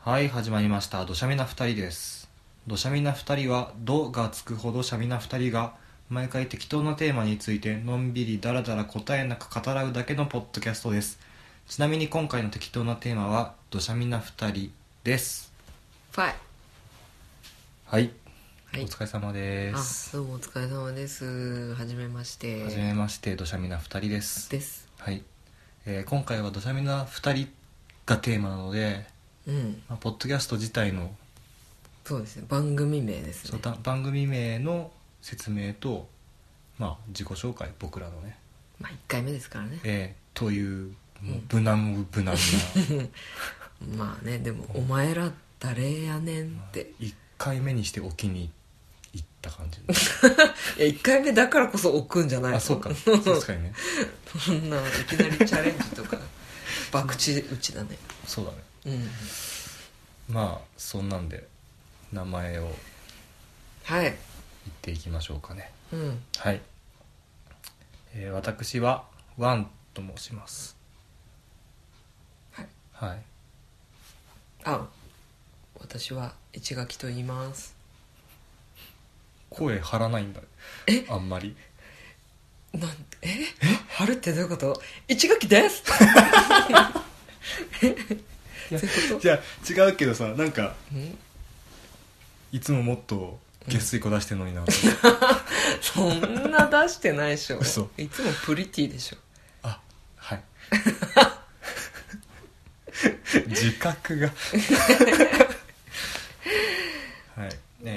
はい、始まりました。どしゃみな2人です。どしゃみな2人は、どがつくほどしゃみな2人が毎回適当なテーマについてのんびりだらだら答えなく語らうだけのポッドキャストです。ちなみに今回の適当なテーマはどしゃみな2人です。 ファイ。 はい、 はい、 お疲れ様です。 どうもお疲れ様です。はじめまして。 はじめまして、どしゃみな2人です。はい、今回はどしゃみな2人がテーマなので、ポッドキャスト自体のそうですね、番組名ですね。 番組名の説明と、自己紹介、僕らのね、 1回目ですからね、 というもう無難無難なまあね、でもお前ら誰やねんって、 1回目にしておきに行った感じいや1回目だからこそ置くんじゃないの。 あ、そうか、確かにねそんないきなりチャレンジとか博打打ちだね。 そうだね、まあそんなんで名前をはい、 言っていきましょうかね。はい、私はワンと申します。はい、 私は市垣と言います。 声張らないんだあんまり。 春ってどういうこと？市垣ですじゃあ違うけどさ、なんかいつももっと下水子出してんのにな、 そんな出してないでしょ。 嘘。 いつもプリティでしょ。 あ、はい自覚がはい、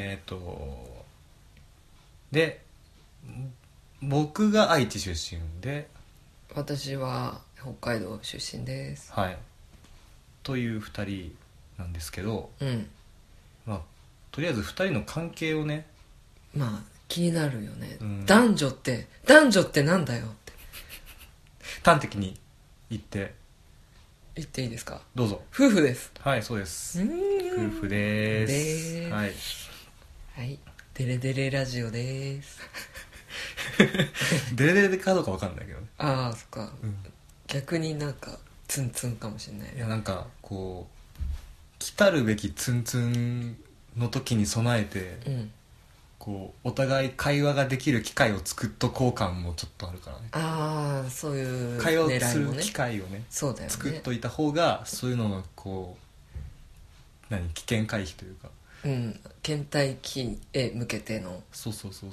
で僕が愛知出身で、 私は北海道出身です。 はい、という2人なんですけど、とりあえず2人の関係をね、 気になるよね、男女ってなんだよって端的に言っていいですか？ どうぞ。 夫婦です。 はい、そうです。夫婦ですはい、 はい、デレデレラジオですデレデレかどうか分かんないけどね。 ああ、そっか、逆になんかツンツンかもしれない。 いや、なんかこう来たるべきツンツンの時に備えて、こうお互い会話ができる機会を作っとこう感もちょっとあるからね。 ああ、そういう会話を狙いもね、 する機会をね、 そうだよね、 作っといた方がそういうののこう危険回避というか、 倦怠期へ向けての、 そう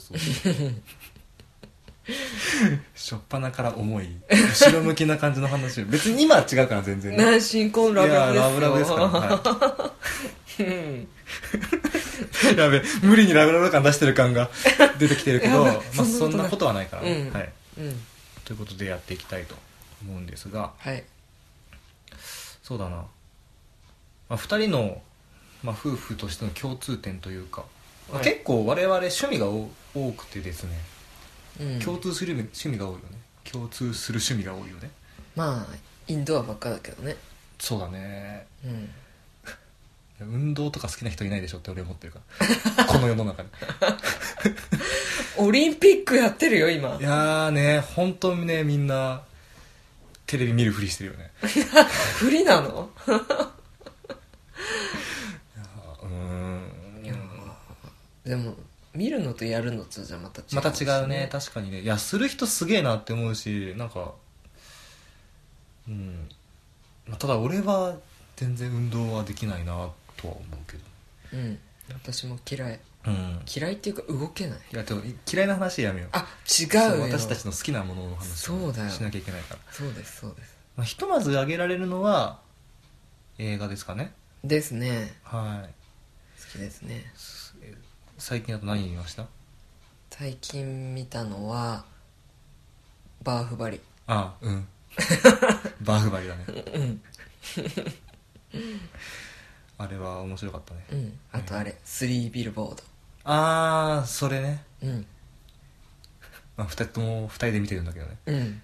初っ端から重い後ろ向きな感じの話を別に今は違うから全然ね、 新婚ラブラブですよ。 いやラブラブですから、はいやべ、無理にラブラブ感出してる感が出てきてるけどそんなことはないからね、はい、ということでやっていきたいと思うんですが、そうだな、2人の、夫婦としての共通点というか、結構我々趣味が多くてですね、共通する趣味が多いよね。 インドアばっかだけどね。 そうだね、運動とか好きな人いないでしょって俺思ってるからこの世の中にオリンピックやってるよ今。 いやーね、本当にね、みんなテレビ見るふりしてるよねふりなのでも見るのとやるのとじゃまた違う、 また違うね。確かにね。いや、する人すげえなって思うし、なんかただ俺は全然運動はできないなとは思うけど、 私も嫌い、嫌いっていうか動けない。 いや、でも嫌いな話やめよう。 違うよ、 私たちの好きなものの話をしなきゃいけないから。 そうです、 ひとまず挙げられるのは映画ですかね。 ですね。 はい、 好きですね。 最近だと何見ました？ 最近見たのはバーフバリ。 バーフバリだねあれは面白かったね。 あとあれ、3ビルボード。 それね。2人とも2人で見てるんだけどね。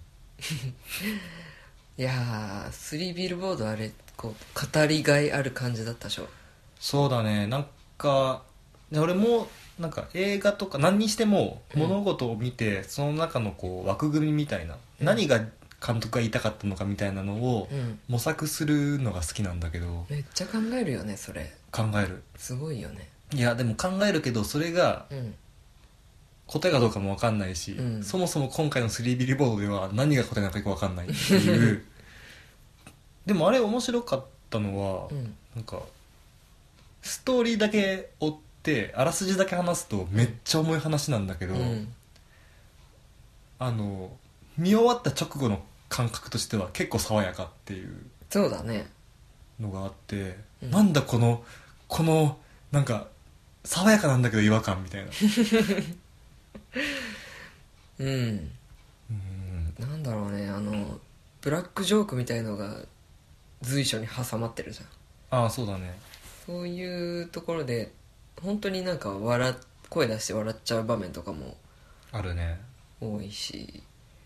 いやー、3ビルボード、あれこう語りがいある感じだったでしょ。 そうだね。なんか俺もなんか映画とか何にしても物事を見て、その中のこう枠組みみたいな、何が監督が言いたかったのかみたいなのを模索するのが好きなんだけど、 めっちゃ考えるよねそれ。 考える。 すごいよね。 いやでも考えるけどそれが答えかどうかも分かんないし、そもそも今回の3ビリボードでは何が答えなのかよく分かんないっていうでもあれ面白かったのは、なんかストーリーだけ追ってあらすじだけ話すとめっちゃ重い話なんだけど、見終わった直後の感覚としては結構爽やかっていうそうだねのがあって、なんだこのなんか爽やかなんだけど違和感みたいななんだろうね、ブラックジョークみたいのが随所に挟まってるじゃん。 ああそうだね。 そういうところで本当になんか声出して笑っちゃう場面とかもあるね。 多いし、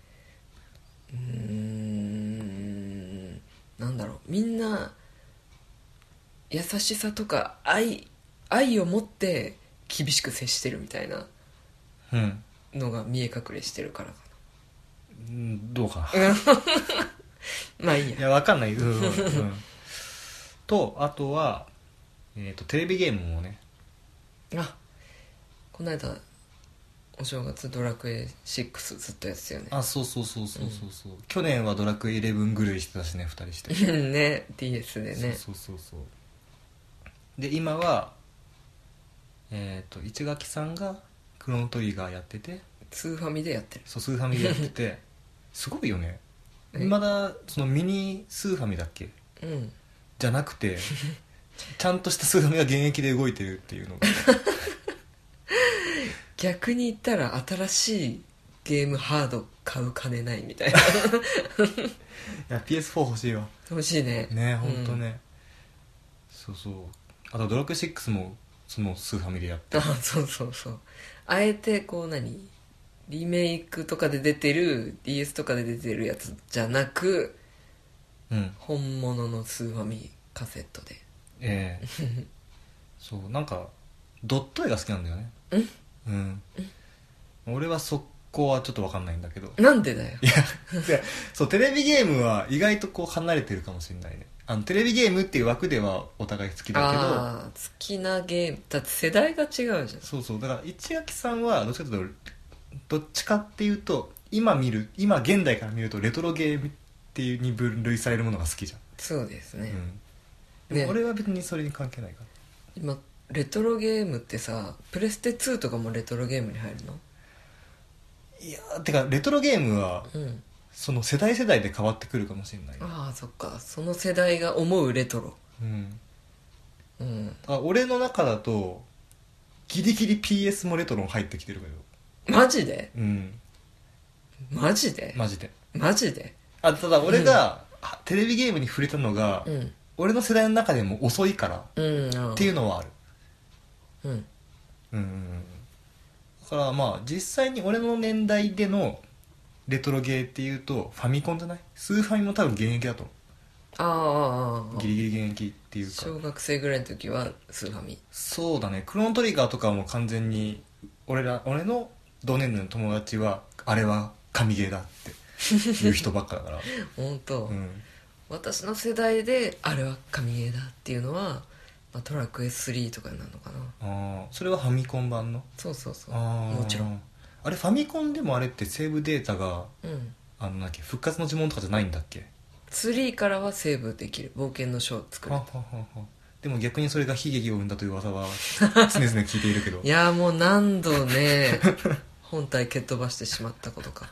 なんだろう、みんな優しさとか愛を持って厳しく接してるみたいなのが見え隠れしてるからかな。どうかなまあいいや。 いやわかんない。とあとはテレビゲームもね。 この間お正月ドラクエ6ずっとやってたよね。 そう、去年はドラクエ11狂いしてたしね、2人してね DS でね。 そうで今は市垣さんがクロノトリガーやってて、 スーファミでやってる。 そうスーファミでやっててすごいよね。まだそのミニスーファミだっけ、じゃなくてちゃんとしたスーファミが現役で動いてるっていうのが逆に言ったら新しいゲームハード買う金ないみたいないや PS4 欲しいわ。 欲しいね。 ほんとね、そうあとドラクエ6もそのスーファミでやってそうあえてこうリメイクとかで出てる DS とかで出てるやつじゃなく、本物のスーファミカセットでそうなんかドット絵が好きなんだよね。俺はそこはちょっと分かんないんだけど。 なんでだよ。 いやそうテレビゲームは意外とこう離れてるかもしれないね。テレビゲームっていう枠ではお互い好きだけど、 好きなゲームだって世代が違うじゃん。 そうだから市垣さんはどっちかというとどっちかっていうと今現代から見るとレトロゲームっていうに分類されるものが好きじゃん。 そうですね、 でも俺は別にそれに関係ないから。 今レトロゲームってさ、プレステ2とかもレトロゲームに入るの？ いやてかレトロゲームは、その世代で変わってくるかもしれない。 そっか、その世代が思うレトロ。 俺の中だとギリギリ PS もレトロ入ってきてるけど。マジで？マジでただ俺が、テレビゲームに触れたのが、俺の世代の中でも遅いから、っていうのはある。だからまあ実際に俺の年代でのレトロゲーっていうとファミコンじゃない？スーファミも多分現役だと思う。ギリギリ現役っていうか小学生ぐらいの時はスーファミ。 そうだね。クロノトリガーとかはもう完全に俺の同年代の友達はあれは神ゲーだっていう人ばっかだから本当、私の世代であれは神ゲーだっていうのは、ドラクエ3とかになるのかな。 それはファミコン版の？ そうもちろん。 あれファミコンでもあれってセーブデータが、なんだっけ、復活の呪文とかじゃないんだっけ ？3からはセーブできる、冒険の書を作る。 でも逆にそれが悲劇を生んだという噂は常々聞いているけどいやもう何度ね本体蹴っ飛ばしてしまったことか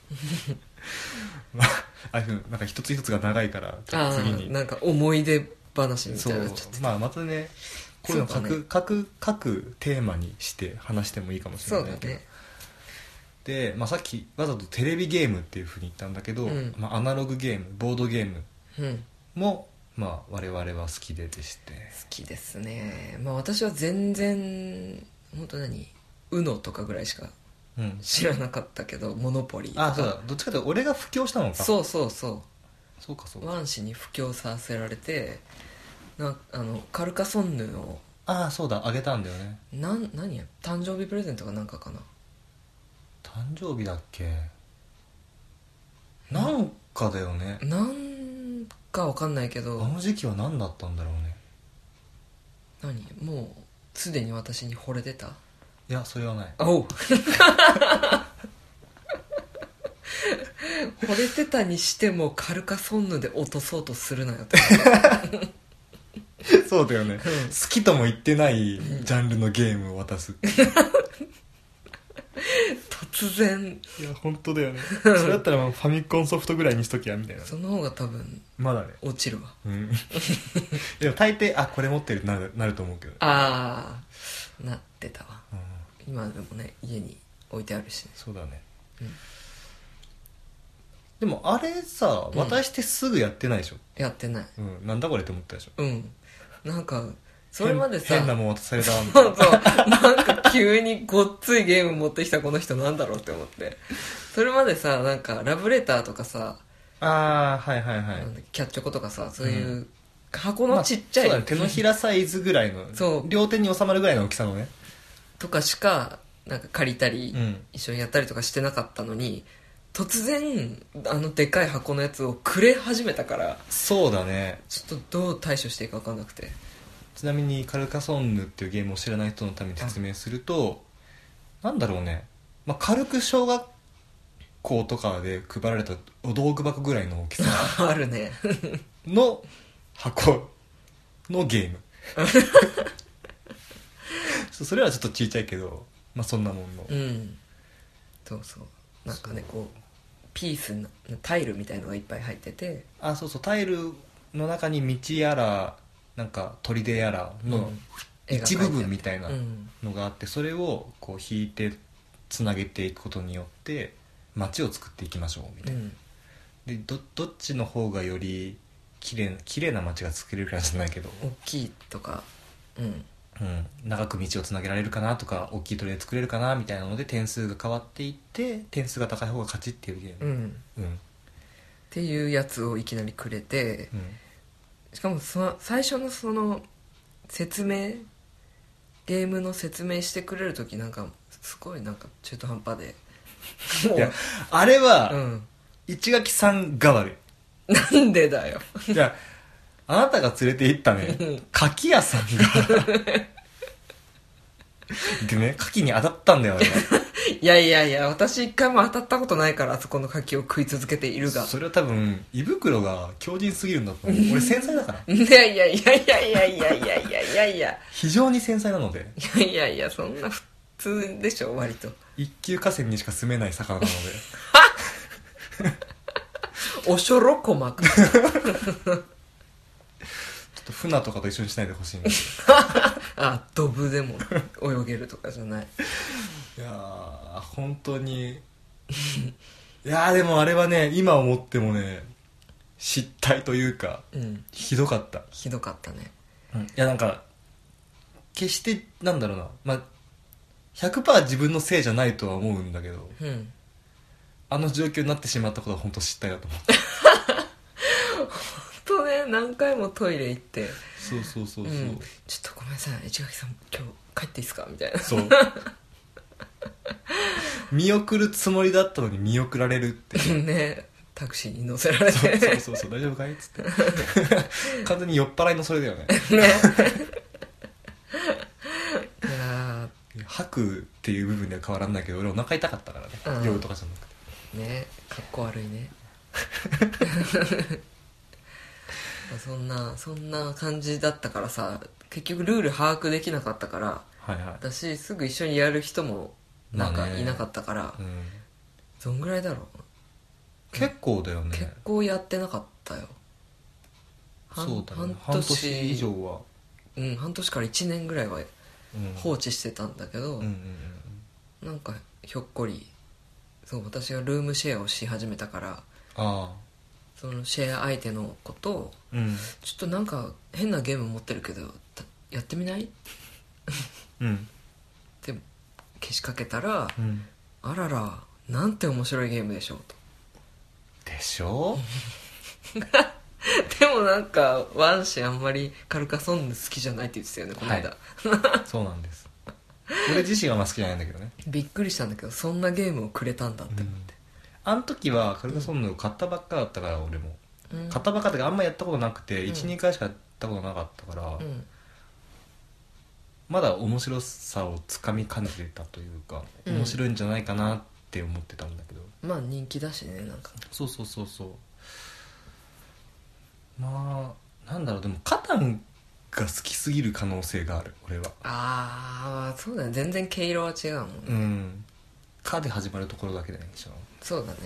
なんか一つ一つが長いから次になんか思い出話みたいになっちゃって、 またねこういうの各テーマにして話してもいいかもしれないけど、で、さっきわざとテレビゲームっていうふうに言ったんだけど、アナログゲームボードゲームも、我々は好きでして。好きですね。私は全然本当UNO とかぐらいしか知らなかったけど、モノポリーとか。 そうだ、どっちかというと俺が布教したのか。 そうかワン氏に布教させられて、カルカソンヌをそうだあげたんだよね。 何や誕生日プレゼントかなんかかな。 誕生日だっけ、なんかだよね。 なんかわかんないけど、 あの時期は何だったんだろうね。 もうすでに私に惚れてた？ いや、それはない。 おう惚れてたにしてもカルカソンヌで落とそうとするなよってそうだよね、好きとも言ってないジャンルのゲームを渡す突然。 いや本当だよね。それだったらファミコンソフトぐらいにしときゃみたいな。 その方が多分まだね落ちるわ。 でも大抵これ持ってるってなると思うけど。 ああ、なってたわ、今でもね家に置いてあるしね。 そうだね、でもあれさ、渡してすぐやってないでしょ。 やってない。 なんだこれって思ったでしょ。 なんかそれまでさ、 変なもん渡されたみたいな。 そうなんか急にごっついゲーム持ってきたこの人なんだろうって思って。それまでさ、なんかラブレターとかさ、 はいはいはい、 キャッチョコとかさ、そういう箱のちっちゃい、 そうだね、手のひらサイズぐらいの、 そう両手に収まるぐらいの大きさのねとかしかなんか借りたり、一緒にやったりとかしてなかったのに、突然でかい箱のやつをくれ始めたから、 そうだね。 ちょっとどう対処していいか分かんなくて。 ちなみにカルカソンヌっていうゲームを知らない人のために説明すると、なんだろうね、軽く小学校とかで配られたお道具箱ぐらいの大きさあるねの箱のゲームそれはちょっとちっちゃいけど、そんなもんの、 そうそう、なんかね、こうピースのタイルみたいのがいっぱい入ってて、 そうそう、タイルの中に道やらなんか砦やらの一部分みたいなのがあって、それをこう引いてつなげていくことによって街を作っていきましょうみたいな、でどっちの方がより綺麗な街が作れるかじゃないけど、 大きいとか、 長く道をつなげられるかなとか、大きい砦作れるかなみたいなので点数が変わっていって、点数が高い方が勝ちっていうゲーム、 っていうやつをいきなりくれて、しかも最初のその説明、ゲームの説明してくれる時なんかすごいなんか中途半端でいやあれは、市垣さんが悪い。なんでだよ。 いやあなたが連れて行ったね柿屋さんがでね、柿に当たったんだよあれいやいやいや、私一回も当たったことないから、あそこの柿を食い続けているが。 それは多分胃袋が強靭すぎるんだと思う。俺繊細だからいやいやいやいやいやいやいやいやいやいや、 非常に繊細なので。 いやいやいや、そんな普通でしょ割と。 一級河川にしか住めない魚なのでおしょろこまくちょっと船とかと一緒にしないでほしいんだけどドブでも泳げるとかじゃない。 どいやー本当にいやーでもあれはね、今思ってもね、失態というか、ひどかった。 ひどかったね。 いやなんか決してなんだろうな、100% 自分のせいじゃないとは思うんだけど、あの状況になってしまったことは本当失態だと思って本当ね、何回もトイレ行って、 そうそう、 ちょっとごめんなさい市垣さん今日帰っていいですかみたいな。 そう見送るつもりだったのに見送られるってね、タクシーに乗せられてそう大丈夫かいっつって完全に酔っ払いのそれだよねねいや吐くっていう部分では変わらないけど、俺お腹痛かったからね、酔うとかじゃなくてね、かっこ悪いねそんな感じだったからさ、結局ルール把握できなかったから、私すぐ一緒にやる人もなんかいなかったから、どんぐらいだろう、 結構だよね。 結構やってなかったよ。 そうだね、半年以上は、 半年から1年ぐらいは放置してたんだけど、なんかひょっこり、そう、私がルームシェアをし始めたから、そのシェア相手の子と、ちょっとなんか変なゲーム持ってるけどやってみないってけしかけたら、あららなんて面白いゲームでしょうと。 でしょでもなんかワンシあんまりカルカソンヌ好きじゃないって言ってたよねこの間、 そうなんです。俺自身は好きじゃないんだけどね。 びっくりしたんだけど、そんなゲームをくれたんだって思って、 あの時はカルカソンヌを買ったばっかだったから俺も、買ったばっかだからあんまやったことなくて、12回しかやったことなかったから、まだ面白さをつかみかねてたというか、面白いんじゃないかなって思ってたんだけど、 まあ人気だしね、なんかそうまあなんだろう、でもカタンが好きすぎる可能性がある俺は。 ああ、そうだね、全然毛色は違うもんね。 カで始まるところだけでないでしょ。 そうだね。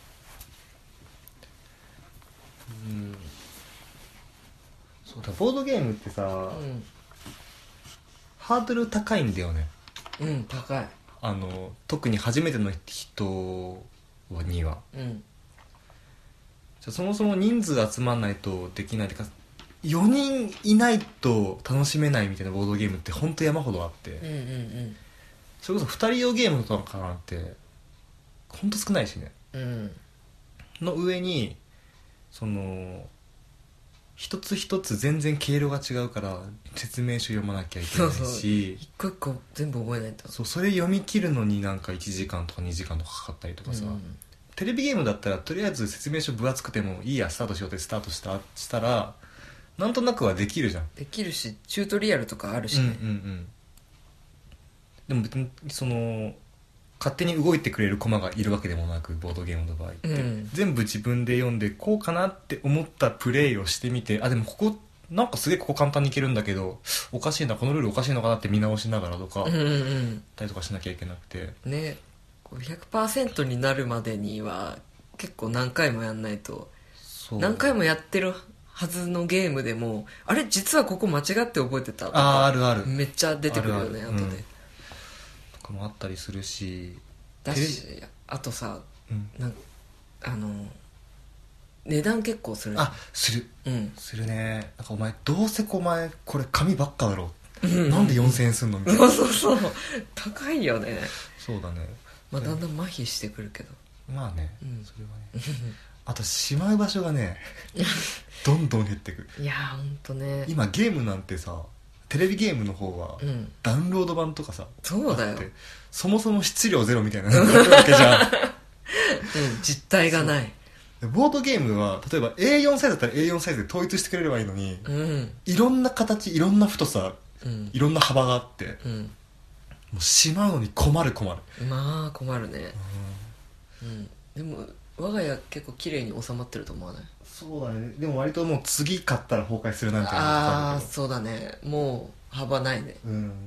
そうだ、ボードゲームってさ、ハードル高いんだよね。 高い。 特に初めての人には、そもそも人数集まんないとできないってか、4人いないと楽しめないみたいなボードゲームってほんと山ほどあって、それこそ2人用ゲームとかなんてほんと少ないしね、の上にその一つ一つ全然経路が違うから説明書読まなきゃいけないし、 一個一個全部覚えないと。 それ読み切るのになんか1時間とか2時間とかかかったりとかさ、テレビゲームだったらとりあえず説明書分厚くてもいいやスタートしようってスタートしたらなんとなくはできるじゃん。 できるし、チュートリアルとかあるしね。 でも別にその勝手に動いてくれるコマがいるわけでもなく、ボードゲームの場合って、全部自分で読んでこうかなって思ったプレイをしてみて、でもここなんかすげえここ簡単にいけるんだけどおかしいな、このルールおかしいのかなって見直しながらとか、たりとかしなきゃいけなくてね。100% になるまでには結構何回もやんないと。何回もやってるはずのゲームでも、あれ実はここ間違って覚えてたとか、 あるある、 めっちゃ出てくるよね、後で、 とかもあったりするし、 だし、あとさ、値段結構する。 するね。なんかお前どうせお前これ紙ばっかだろ、なんで4000円すんのみたいな。 そう高いよね。 そうだね。 だんだん麻痺してくるけど、 まあね、それはねあとしまう場所がねどんどん減ってく。 いやーほんとね。 今ゲームなんてさ、テレビゲームの方はダウンロード版とかさ、 そうだよ、 そもそも質量ゼロみたいなのがあるわけじゃん実体がない。 ボードゲームは例えば A4 サイズだったら A4 サイズで統一してくれればいいのに、いろんな形、いろんな太さ、いろんな幅があって、もうしまうのに困る。 まあ困るね。でも我が家結構綺麗に収まってると思わない？ そうだね。でも割ともう次買ったら崩壊するなみたいな。 そうだね。もう幅ないね。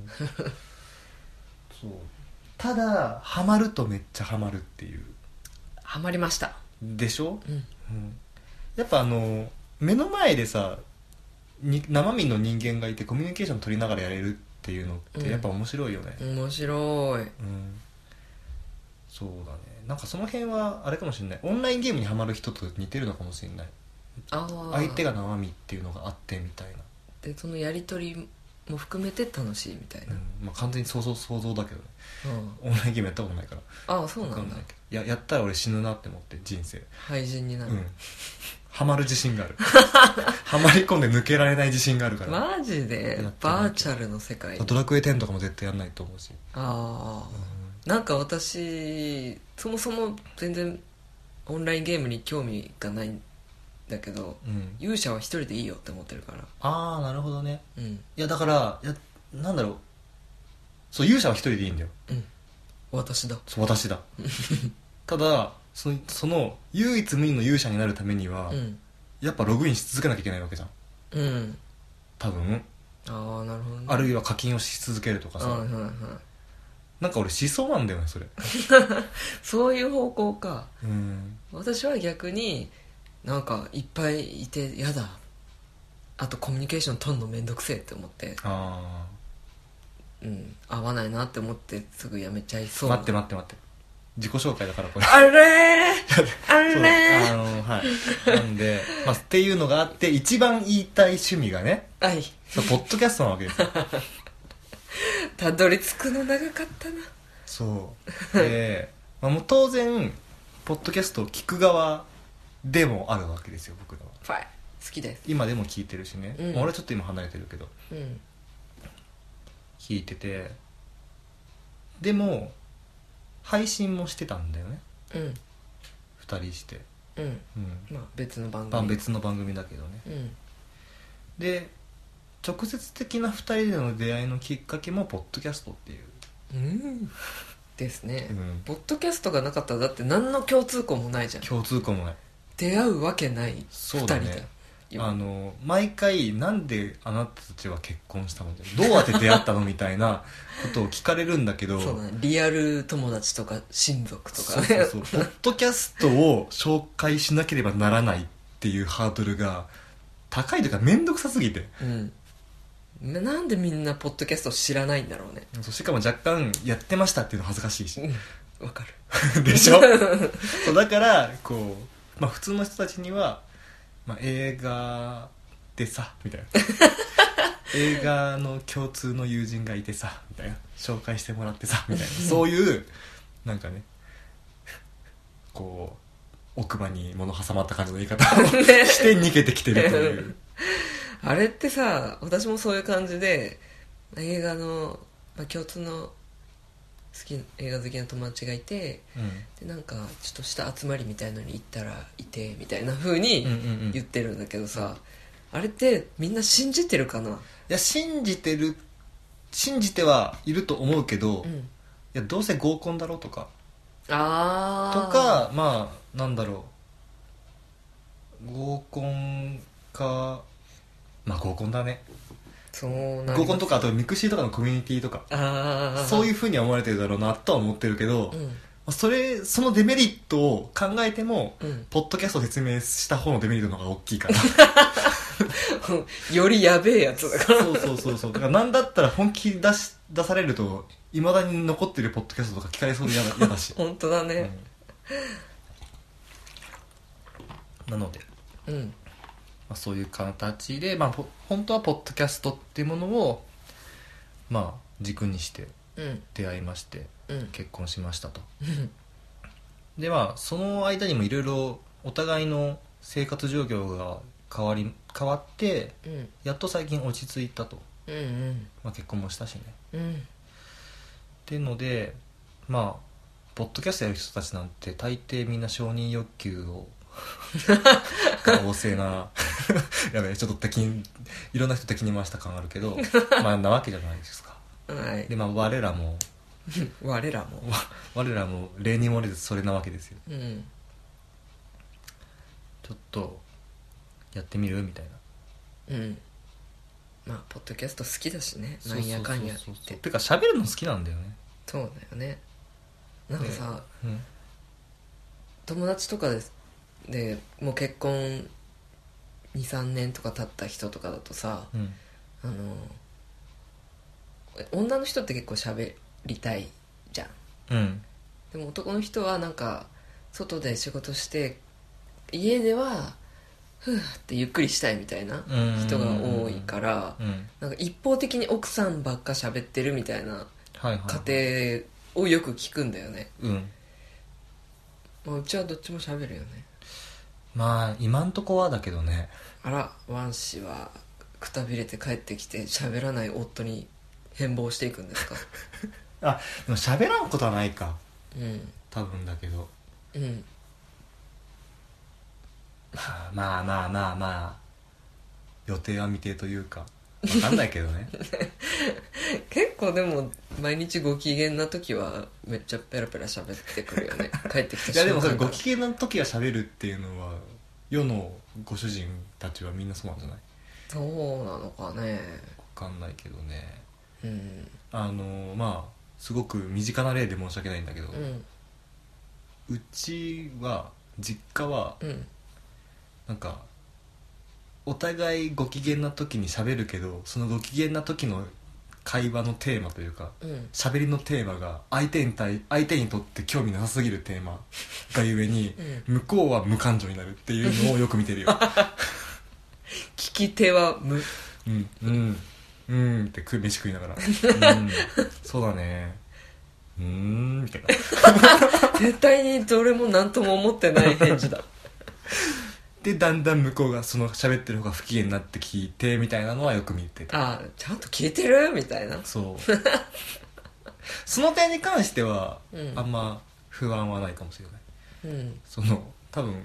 そうただハマるとめっちゃハマるっていう。 ハマりましたでしょ。やっぱ目の前でさ生身の人間がいてコミュニケーション取りながらやれるっていうのってやっぱ面白いよね。 面白い。 そうだね。なんかその辺はあれかもしれない、オンラインゲームにハマる人と似てるのかもしれない。相手が生身っていうのがあってみたいな。 でそのやり取りも含めて楽しいみたいな、 完全に想像だけどね、オンラインゲームやったことないからそうなんだ。 分かんないけど、やったら俺死ぬなって思って、人生廃人になる。 ハマる自信があるハマり込んで抜けられない自信があるから。 マジでバーチャルの世界。 ドラクエ10とかも絶対やんないと思うし。 なんか私そもそも全然オンラインゲームに興味がないんだけど、勇者は一人でいいよって思ってるから。 なるほどね。いやだからなんだろう、そう勇者は一人でいいんだよ。 私だ。 そう私だただその唯一無二の勇者になるためには、やっぱログインし続けなきゃいけないわけじゃん。多分。 なるほどね。 あるいは課金をし続けるとかさ、なんか俺しそうなんだよねそれそういう方向か。私は逆になんかいっぱいいてやだ、あとコミュニケーション取るのめんどくせえって思って、合わないなって思ってすぐやめちゃいそう。 待って自己紹介だからこれあれはいなんで、っていうのがあって、一番言いたい趣味がね、ポッドキャストなわけですよたどり着くの長かったな。 そうで、もう当然ポッドキャストを聞く側でもあるわけですよ、僕らは。 好きです。 今でも聞いてるしね、俺はちょっと今離れてるけど、聞いてて、でも配信もしてたんだよね。 人して、 うん、まあ別の番組、 別の番組だけどね、 うん、 で直接的な2人での出会いのきっかけもポッドキャストっていう、 ですね、 ポッドキャストがなかったらだって何の共通項もないじゃん。 共通項もない、 出会うわけない2 そう人だだね。毎回なんであなたたちは結婚したのでどうやって出会ったのみたいなことを聞かれるんだけどそうだね、リアル友達とか親族とかそうそうそうポッドキャストを紹介しなければならないっていうハードルが高いというか面倒くさすぎて、 なんでみんなポッドキャストを知らないんだろうね。 そうしかも若干やってましたっていうの恥ずかしいし、 わかるでしょそうだからこう、普通の人たちには、映画でさみたいな映画の共通の友人がいてさみたいな紹介してもらってさみたいなそういうなんかねこう奥歯に物挟まった感じの言い方をして逃げてきてるというあれってさ、私もそういう感じで映画の、共通の映画好きな友達がいて、でなんかちょっとした集まりみたいのに行ったらいてみたいな風に言ってるんだけどさ、あれってみんな信じてるかな。 いや信じてはいると思うけど、いやどうせ合コンだろとかなんだろう、合コンか合コンだね。 そうなん合コンとかあとミクシーとかのコミュニティとかそういう風には思われてるだろうなとは思ってるけど、そのデメリットを考えても、ポッドキャスト説明した方のデメリットの方が大きいからよりやべえやつだからそうだからなんだったら本気出されるといまだに残ってるポッドキャストとか聞かれそうで嫌だし本当だね、 なので、そういう形で、本当はポッドキャストっていうものを軸にして出会いまして、結婚しましたとでその間にもいろいろお互いの生活状況が変わって、やっと最近落ち着いたと、結婚もしたしね、っていうのでポッドキャストやる人たちなんて大抵みんな承認欲求をが旺盛なやべえちょっといろんな人敵に回した感あるけどなわけじゃないですか、で我らも我らも例に漏れずそれなわけですよ、ちょっとやってみるみたいな、ポッドキャスト好きだしね、なんやかんやっててか喋るの好きなんだよね。 そうだよね。なんかさ、友達とかでもう結婚 2,3 年とか経った人とかだとさ、女の人って結構喋りたいじゃん、でも男の人はなんか外で仕事して家ではふーってゆっくりしたいみたいな人が多いから、なんか一方的に奥さんばっか喋ってるみたいな家庭をよく聞くんだよね。うちはどっちも喋るよね。 今んとこはだけどね。 あら、ワン氏はくたびれて帰ってきて喋らない夫に変貌していくんですかでも喋らんことはないか、多分だけど、予定は未定というか分かんないけどね結構でも毎日ご機嫌な時はめっちゃペラペラ喋ってくるよね帰ってきた瞬間。 いやでもそれご機嫌な時は喋るっていうのは世のご主人たちはみんなそうなんじゃない？ そうなのかね、 分かんないけどね。すごく身近な例で申し訳ないんだけど、うちは実家は、なんかお互いご機嫌な時に喋るけどそのご機嫌な時の会話のテーマというか喋、りのテーマが相手にとって興味なさすぎるテーマがゆえに、向こうは無感情になるっていうのをよく見てるよ聞き手はって飯食いながらそうだねみたいな絶対にどれも何とも思ってない返事だでだんだん向こうがその喋ってる方が不機嫌になって聞いてみたいなのはよく見てた。 ちゃんと聞いてるみたいな。 そうその点に関しては、あんま不安はないかもしれない、その多分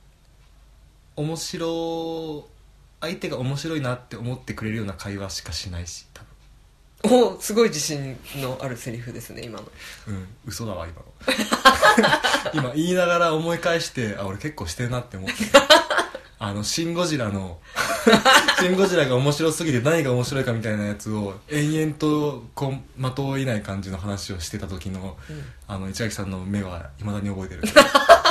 相手が面白いなって思ってくれるような会話しかしないし、多分。 お、すごい自信のあるセリフですね今の。 嘘だわ今の今言いながら思い返して、俺結構してるなって思ってシン・ゴジラが面白すぎて何が面白いかみたいなやつを延々と的を得ない感じの話をしてた時の、市垣さんの目はいまだに覚えてるみたい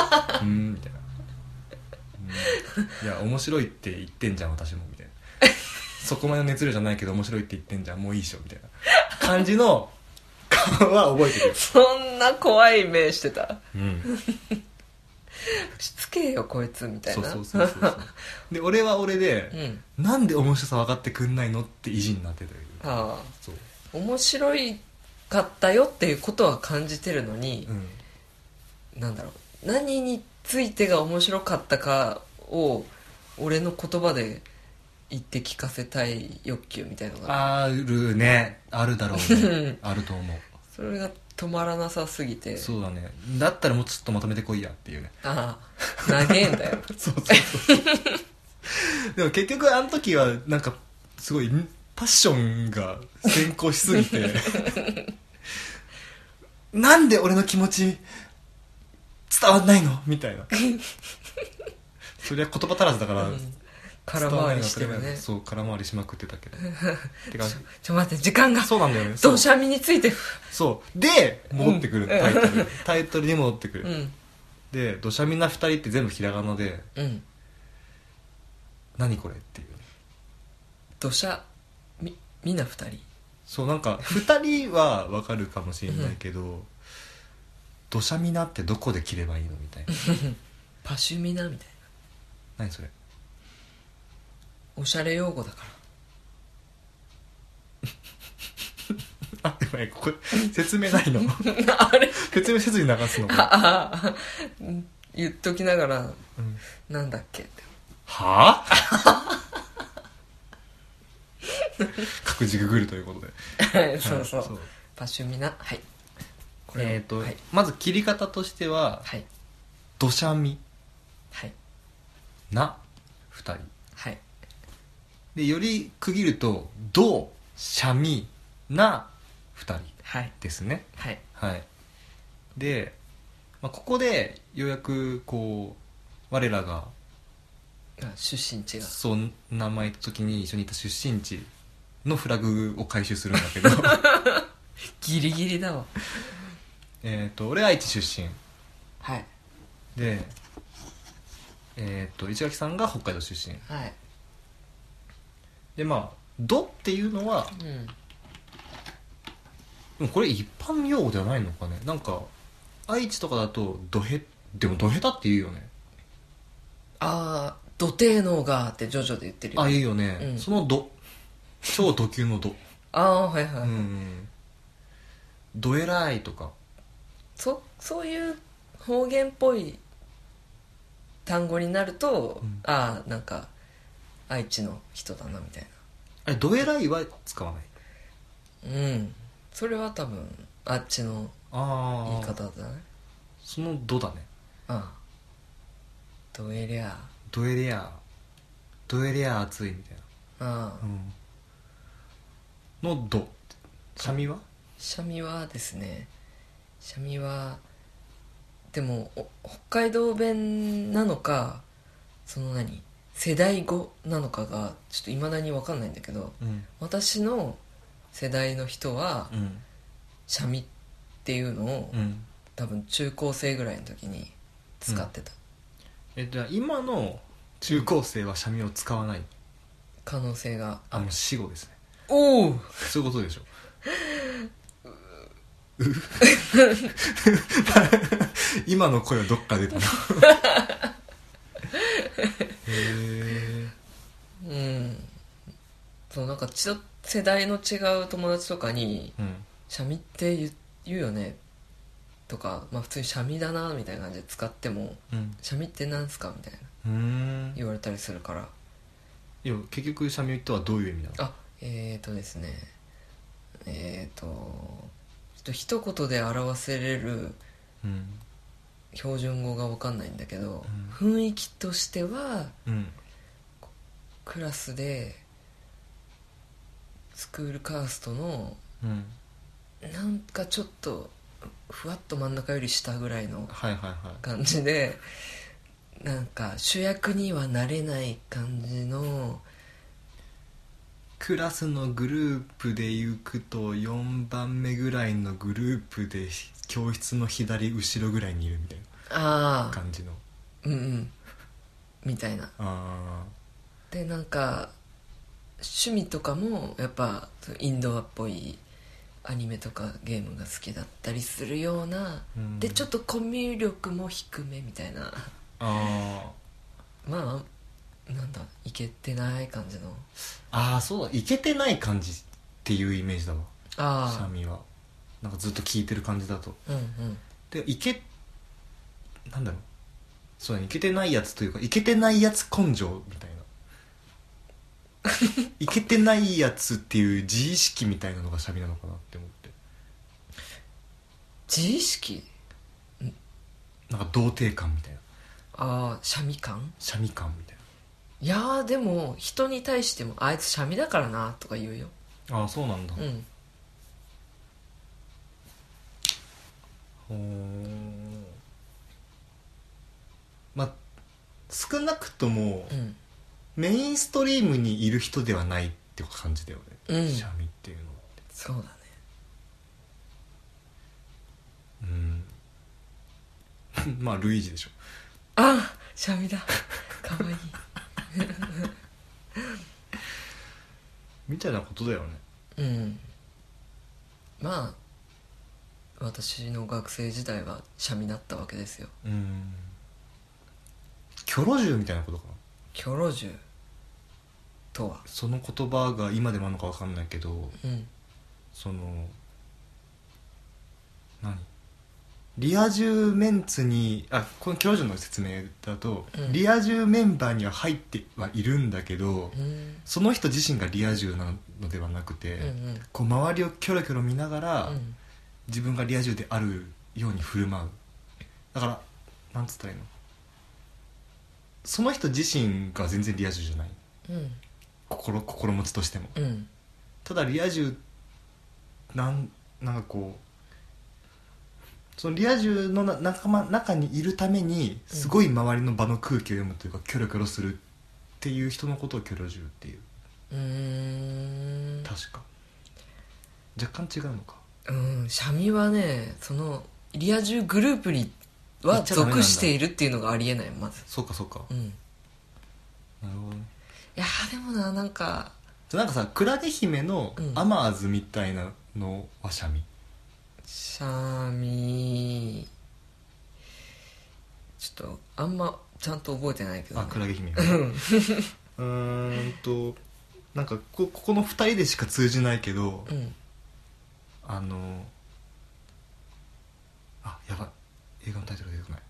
な、いや面白いって言ってんじゃん私もみたいなそこまでの熱量じゃないけど面白いって言ってんじゃんもういいっしょみたいな感じの顔は覚えてるそんな怖い目してた。しつけえよこいつみたいな。 そうで俺は俺で、なんで面白さ分かってくんないのって意地になってたよ。 ああ、そう面白いかったよっていうことは感じてるのに、なんだろう、何についてが面白かったかを俺の言葉で言って聞かせたい欲求みたいなのがあるね。あるだろうねあると思う。 それが止まらなさすぎて。 そうだね。だったらもうちょっとまとめてこいやっていうね。 ああ、長えんだよそうでも結局あの時はなんかすごいパッションが先行しすぎてなんで俺の気持ち伝わんないのみたいなそりゃ言葉足らずだから、 空回りしてるね。 そう空回りしまくってたけどてか待って、時間が。 そうなんだよね。 ドシャミについてそうで戻ってくる、タイトルに戻ってくる、でドシャミな2人って全部ひらがなで、何これっていうね。 ドシャみんな2人。 そうなんか2人は分かるかもしれないけど、ドシャミナってどこで切ればいいのみたいなパシュミナみたいな。 何それ。 おしゃれ用語だからごめん、ここ説明ないのあれ説明せずに流すの言っときながら、なんだっけってはぁ各自ググるということではい、そうパシュミナ。はい、これまず切り方としては、ドシャミな2人で、より区切るとドシャミな2人ですね。で、ここでようやくこう我らが出身地がそう名前言った時に一緒にいた出身地のフラグを回収するんだけどギリギリだわ。 俺愛知出身で、市垣さんが北海道出身で、ドっていうのは、でもこれ一般用語ではないのかね。なんか愛知とかだとでもドヘタって言うよね。 ああ、ド低能がってジョジョで言ってるよ。 言うよね、そのド超ド級のドドエライとかそういう方言っぽい単語になると、なんか愛知の人だなみたいな。 あれドエライは使わない。 それは多分あっちの言い方だね。 そのドだね。 ドエリャ熱いみたいなのド。シャミはですね、シャミはでも北海道弁なのかその世代語なのかがちょっといまだに分かんないんだけど、私の世代の人は、シャミっていうのを、多分中高生ぐらいの時に使ってた。 じゃあ今の中高生はシャミを使わない可能性がもう死語ですね。 おお、 そういうことでしょ今の声はどっか出たのそう、なんか世代の違う友達とかに、シャミって言うよねとか、普通にシャミだなみたいな感じで使っても、シャミってなんすかみたいな言われたりするから。 いや結局シャミとはどういう意味なの？ ですね、一言で表せれる標準語が分かんないんだけど、雰囲気としては、クラスでスクールカーストの、なんかちょっとふわっと真ん中より下ぐらいの感じで、なんか主役にはなれない感じの、 クラスのグループで行くと4番目ぐらいのグループで教室の左後ろぐらいにいるみたいな感じの、 みたいな。でなんか趣味とかもやっぱインドアっぽいアニメとかゲームが好きだったりするような、でちょっとコミュ力も低めみたいな、まあなんだ、イケてない感じの、 そうだ、イケてない感じっていうイメージだわ、シャミは。なんかずっと聞いてる感じだと、でなんだろう、そうだね、イケてないやつというか、イケてないやつ根性みたいなイケてないやつっていう自意識みたいなのがシャミなのかなって思って。 自意識、 なんか童貞感みたいな、 シャミ感シャミ感みたいな。 いやーでも人に対してもあいつシャミだからなとか言うよ。 そうなんだ。まあ少なくとも、メインストリームにいる人ではないって感じだよね、シャミっていうのって。 そうだね。まあルイージでしょ。 シャミだかわいいみたいなことだよね。 まあ私の学生時代はシャミだったわけですよ。 キョロ銃みたいなことかな。 キョロ銃とは、 その言葉が今でもあるのか分かんないけど、そのリア充メンツにこのキョロ銃の説明だと、リア充メンバーには入ってはいるんだけど、その人自身がリア充なのではなくて、こう周りをキョロキョロ見ながら、自分がリア充であるように振る舞う。だからなんつったらいいの、その人自身が全然リア充じゃない、心持ちとしても、ただリア充なんかこう、そのリア充の中にいるためにすごい周りの場の空気を読むというか、キョロキョロするっていう人のことをキョロ銃っていう。確か若干違うのか。 シャミはね、そのリア充グループには属しているっていうのがありえない。まずそうかなるほどね。 いやでもなんかさ、クラゲ姫のアマーズみたいなのはシャミ、 シャミちょっとあんまちゃんと覚えてないけど、 クラゲ姫なんかここの2人でしか通じないけど、やばい、映画のタイトルが出てこない。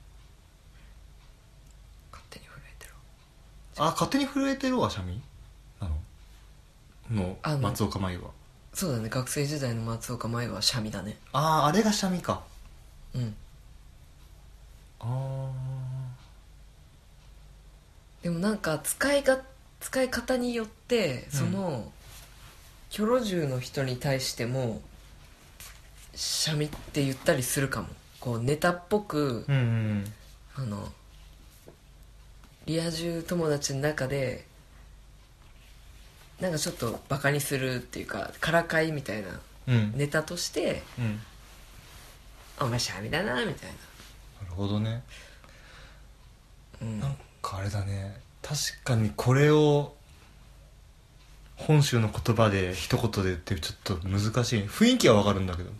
勝手に震えてる。 勝手に震えてるはシャミなの松岡茉優は。 そうだね、学生時代の松岡茉優はシャミだね。 あれがシャミか。 でもなんか使い方によってその、キョロ銃の人に対してもシャミって言ったりするかも。こうネタっぽく、リア充友達の中でなんかちょっとバカにするっていうか、からかいみたいなネタとして、お前シャミだなみたいな。 なるほどね。なんかあれだね、確かにこれを本州の言葉で一言で言ってちょっと難しい。雰囲気はわかるんだけど、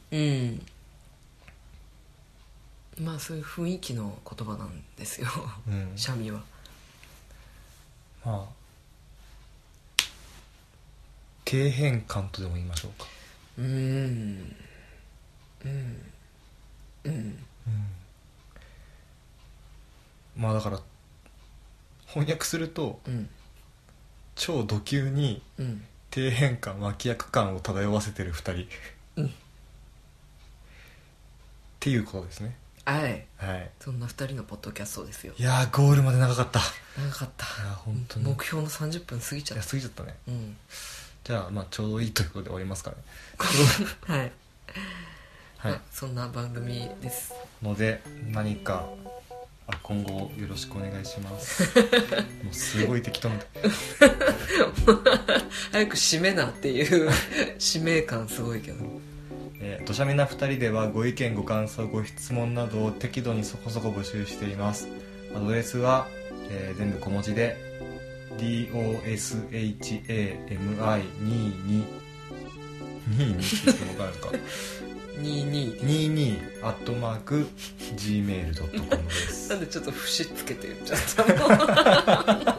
まあそういう雰囲気の言葉なんですよ、シャミは。 まあ経変感とでも言いましょうか。まあだから翻訳すると、超ド級に底辺感脇役感を漂わせてる2人、っていうことですね。 はい、はい、そんな2人のポッドキャストですよ。 いやーゴールまで長かった。 長かった。いや本当に目標の30分過ぎちゃった。 いや過ぎちゃったね。 うん、 じゃあまあちょうどいいということで終わりますかね。 はい、はい、そんな番組ですので、何か今後よろしくお願いします。もうすごい適当なんで早く締めなっていう使命感すごいけど、 どしゃみな2人ではご意見ご感想ご質問などを適度にそこそこ募集しています。アドレスは、全部小文字で doshami22 22って言っても分かるか22@gmail.com です。 なんでちょっと節つけて言っちゃったの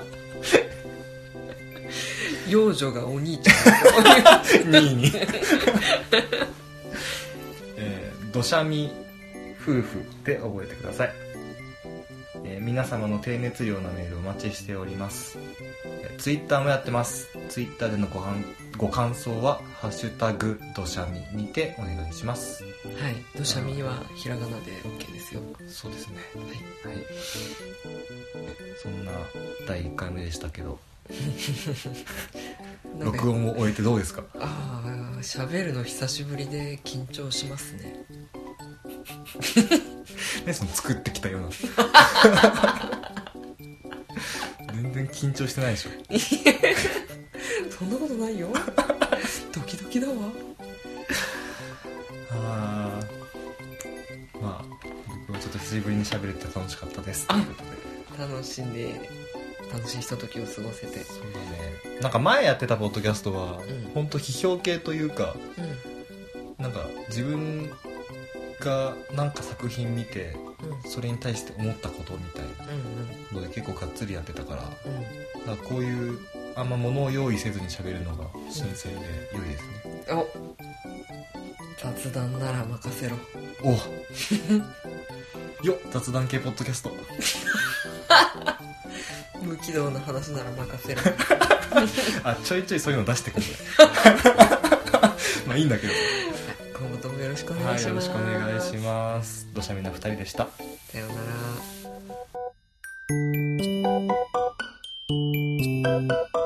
幼女がお兄ちゃん 22どしゃみ夫婦で覚えてください。皆様の低熱量なメールお待ちしております。ツイッターもやってます。ツイッターでのご感想はハッシュタグどしゃみにてお願いします。 はい、どしゃみはひらがなで OK ですよ。 そうですね。はい、はい、そんな第1回目でしたけど録音を終えてどうですか？ 喋るの久しぶりで緊張しますね。 ね、その作ってきたような全然緊張してないでしょ。 そんなことないよ。ドキドキだわ。 まあ僕はちょっと久しぶりに喋れて楽しかったですということで、 楽しいひとときを過ごせて。 そうだね。なんか前やってたポッドキャストは、本当批評系というか、なんか自分がなんか作品見て、それに対して思ったことみたいなので結構がっつりやってたから、なんかこういうあんま物を用意せずに喋るのが新鮮で良いですね。 お、雑談なら任せろ。 およ、雑談系ポッドキャスト無軌道な話なら任せろちょいちょいそういうの出してくるまあいいんだけど、 今後ともよろしくお願いします。 はい、よろしくお願いします。どしゃみな2人でした。 さようなら。